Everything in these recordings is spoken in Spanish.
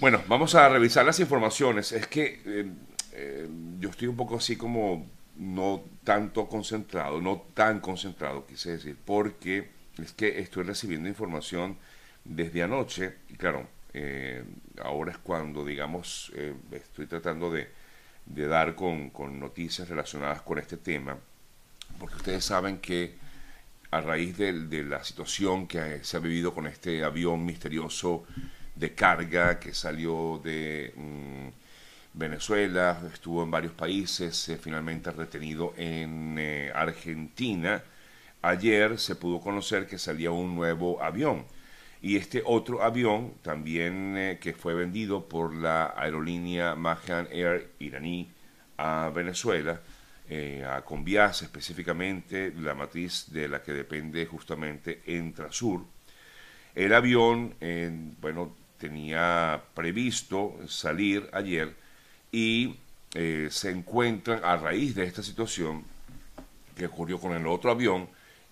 Bueno, vamos a revisar las informaciones. Es que yo estoy un poco así como no tanto concentrado, no tan concentrado, quise decir, porque es que estoy recibiendo información desde anoche y claro, ahora es cuando, digamos, estoy tratando de dar con noticias relacionadas con este tema, porque ustedes saben que a raíz de la situación que se ha vivido con este avión misterioso de carga que salió de Venezuela, estuvo en varios países, finalmente retenido en Argentina. Ayer se pudo conocer que salía un nuevo avión. Y este otro avión, también que fue vendido por la aerolínea Mahan Air iraní a Venezuela, a Conviasa específicamente, la matriz de la que depende justamente Entrasur. El avión, bueno, tenía previsto salir ayer y se encuentran a raíz de esta situación que ocurrió con el otro avión,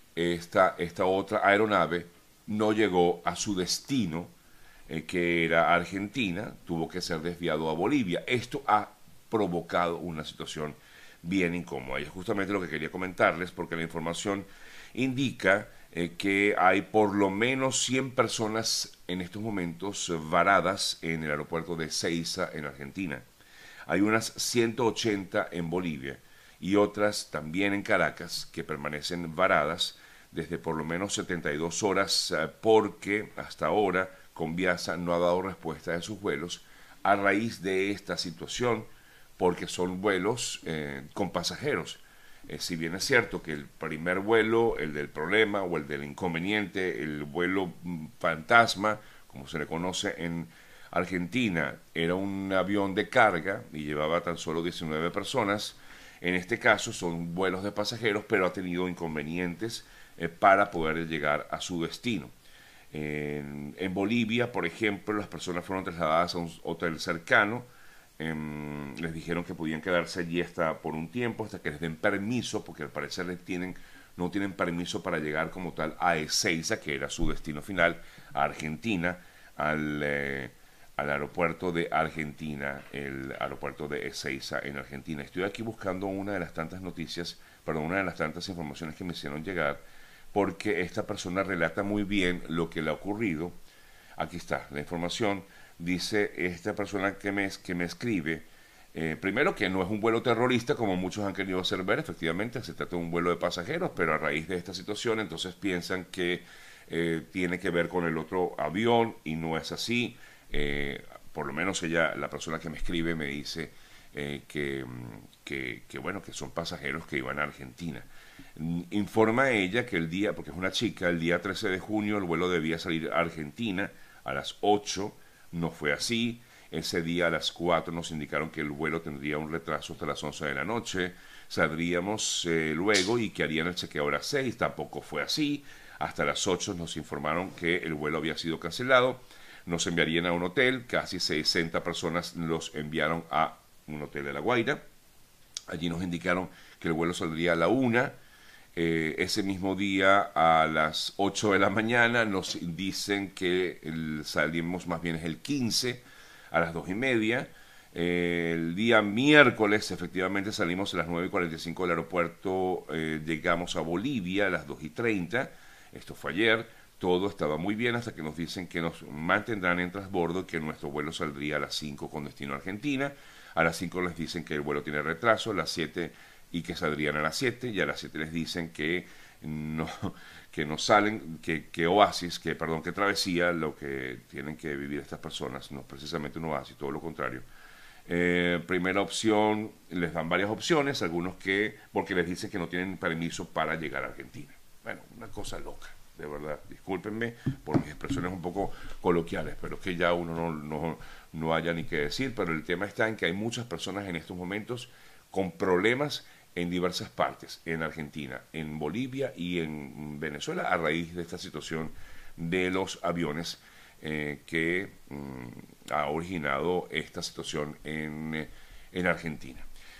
esta otra aeronave no llegó a su destino, que era Argentina, tuvo que ser desviado a Bolivia. Esto ha provocado una situación bien incómoda. Y es justamente lo que quería comentarles, porque la información indica que hay por lo menos 100 personas en estos momentos varadas en el aeropuerto de Ezeiza, en Argentina. Hay unas 180 en Bolivia y otras también en Caracas que permanecen varadas desde por lo menos 72 horas porque hasta ahora Conviasa no ha dado respuesta de sus vuelos a raíz de esta situación, porque son vuelos con pasajeros. Si bien es cierto que el primer vuelo, el del problema o el del inconveniente, el vuelo fantasma, como se le conoce en Argentina, era un avión de carga y llevaba tan solo 19 personas. En este caso son vuelos de pasajeros, pero ha tenido inconvenientes para poder llegar a su destino. En Bolivia, por ejemplo, las personas fueron trasladadas a un hotel cercano. Les dijeron que podían quedarse allí hasta por un tiempo, hasta que les den permiso, porque al parecer no tienen permiso para llegar como tal a Ezeiza, que era su destino final, a Argentina, al aeropuerto de Argentina, el aeropuerto de Ezeiza en Argentina. Estoy aquí buscando una de las tantas noticias, perdón, una de las tantas informaciones que me hicieron llegar, porque esta persona relata muy bien lo que le ha ocurrido. Aquí está la información. Dice esta persona que me escribe, primero que no es un vuelo terrorista como muchos han querido hacer ver, efectivamente se trata de un vuelo de pasajeros, pero a raíz de esta situación entonces piensan que tiene que ver con el otro avión y no es así. Por lo menos ella, la persona que me escribe, me dice bueno, que son pasajeros que iban a Argentina. Informa ella que el día, porque es una chica, el día 13 de junio el vuelo debía salir a Argentina a las 8, no fue así. Ese día a las 4 nos indicaron que el vuelo tendría un retraso hasta las 11 de la noche. Saldríamos luego y que harían el chequeo a las 6, tampoco fue así. Hasta las 8 nos informaron que el vuelo había sido cancelado. Nos enviarían a un hotel, casi 60 personas los enviaron a un hotel de La Guaira. Allí nos indicaron que el vuelo saldría a la 1. Ese mismo día a las 8 de la mañana nos dicen que salimos más bien es el 15 a las 2:30. El día miércoles efectivamente salimos a las 9:45 del aeropuerto, llegamos a Bolivia a las 2:30. Esto fue ayer. Todo estaba muy bien hasta que nos dicen que nos mantendrán en transbordo y que nuestro vuelo saldría a las 5 con destino a Argentina. A las 5 les dicen que el vuelo tiene retraso, a las 7 y que saldrían a las 7, y a las 7 les dicen no, que no salen, que oasis, perdón, que travesía lo que tienen que vivir estas personas, no precisamente un oasis, todo lo contrario. Primera opción, les dan varias opciones, algunos porque les dicen que no tienen permiso para llegar a Argentina. Bueno, una cosa loca, de verdad. Discúlpenme por mis expresiones un poco coloquiales, pero es que ya uno no haya ni qué decir, pero el tema está en que hay muchas personas en estos momentos con problemas en diversas partes, en Argentina, en Bolivia y en Venezuela, a raíz de esta situación de los aviones que ha originado esta situación en Argentina.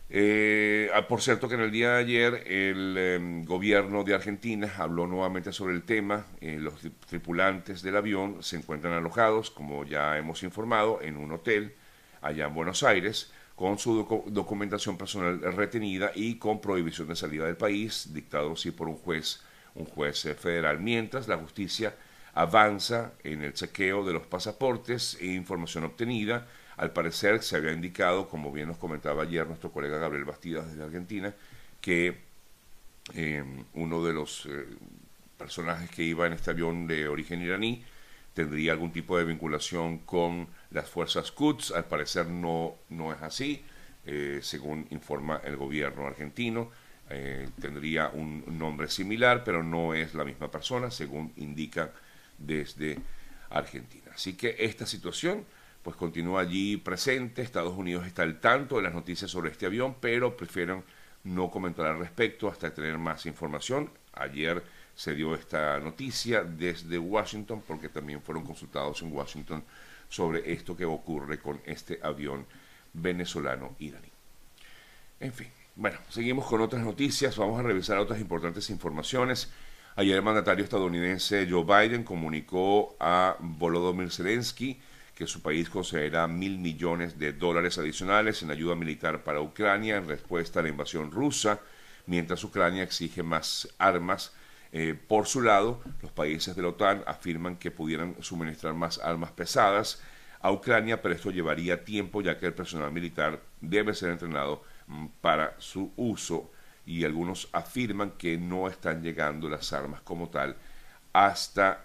Por cierto que en el día de ayer el gobierno de Argentina habló nuevamente sobre el tema. Los tripulantes del avión se encuentran alojados, como ya hemos informado, en un hotel allá en Buenos Aires, con su documentación personal retenida y con prohibición de salida del país, dictado sí por un juez federal, mientras la justicia avanza en el chequeo de los pasaportes e información obtenida. Al parecer se había indicado, como bien nos comentaba ayer nuestro colega Gabriel Bastidas desde Argentina, que uno de los personajes que iba en este avión de origen iraní tendría algún tipo de vinculación con las fuerzas Quds. Al parecer no es así, según informa el gobierno argentino. Tendría un nombre similar, pero no es la misma persona, según indica desde Argentina. Así que esta situación pues continúa allí presente. Estados Unidos está al tanto de las noticias sobre este avión, pero prefieren no comentar al respecto hasta tener más información. Ayer se dio esta noticia desde Washington, porque también fueron consultados en Washington sobre esto que ocurre con este avión venezolano-iraní. En fin, bueno, seguimos con otras noticias. Vamos a revisar otras importantes informaciones. Ayer el mandatario estadounidense Joe Biden comunicó a Volodymyr Zelensky que su país concederá $1.000 millones adicionales en ayuda militar para Ucrania en respuesta a la invasión rusa, mientras Ucrania exige más armas. Por su lado, los países de la OTAN afirman que pudieran suministrar más armas pesadas a Ucrania, pero esto llevaría tiempo ya que el personal militar debe ser entrenado para su uso, y algunos afirman que no están llegando las armas como tal hasta,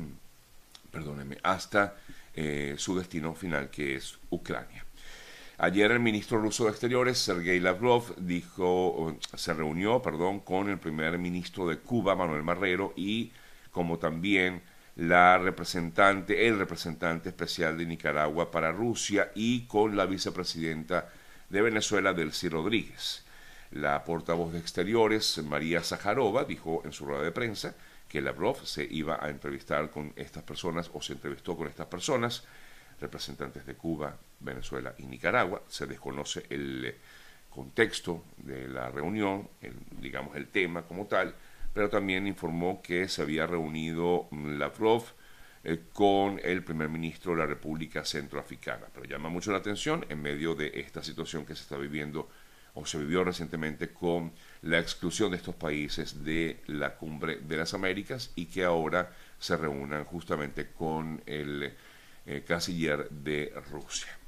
su destino final, que es Ucrania. Ayer el ministro ruso de Exteriores, Sergei Lavrov, se reunió con el primer ministro de Cuba, Manuel Marrero, y como también el representante especial de Nicaragua para Rusia, y con la vicepresidenta de Venezuela, Delcy Rodríguez. La portavoz de Exteriores, María Zaharova, dijo en su rueda de prensa que Lavrov se iba a entrevistar con estas personas, o se entrevistó con estas personas, representantes de Cuba, Venezuela y Nicaragua. Se desconoce el contexto de la reunión, el tema como tal, pero también informó que se había reunido Lavrov con el primer ministro de la República Centroafricana. Pero llama mucho la atención en medio de esta situación que se está viviendo o se vivió recientemente con la exclusión de estos países de la Cumbre de las Américas, y que ahora se reúnan justamente con el canciller de Rusia.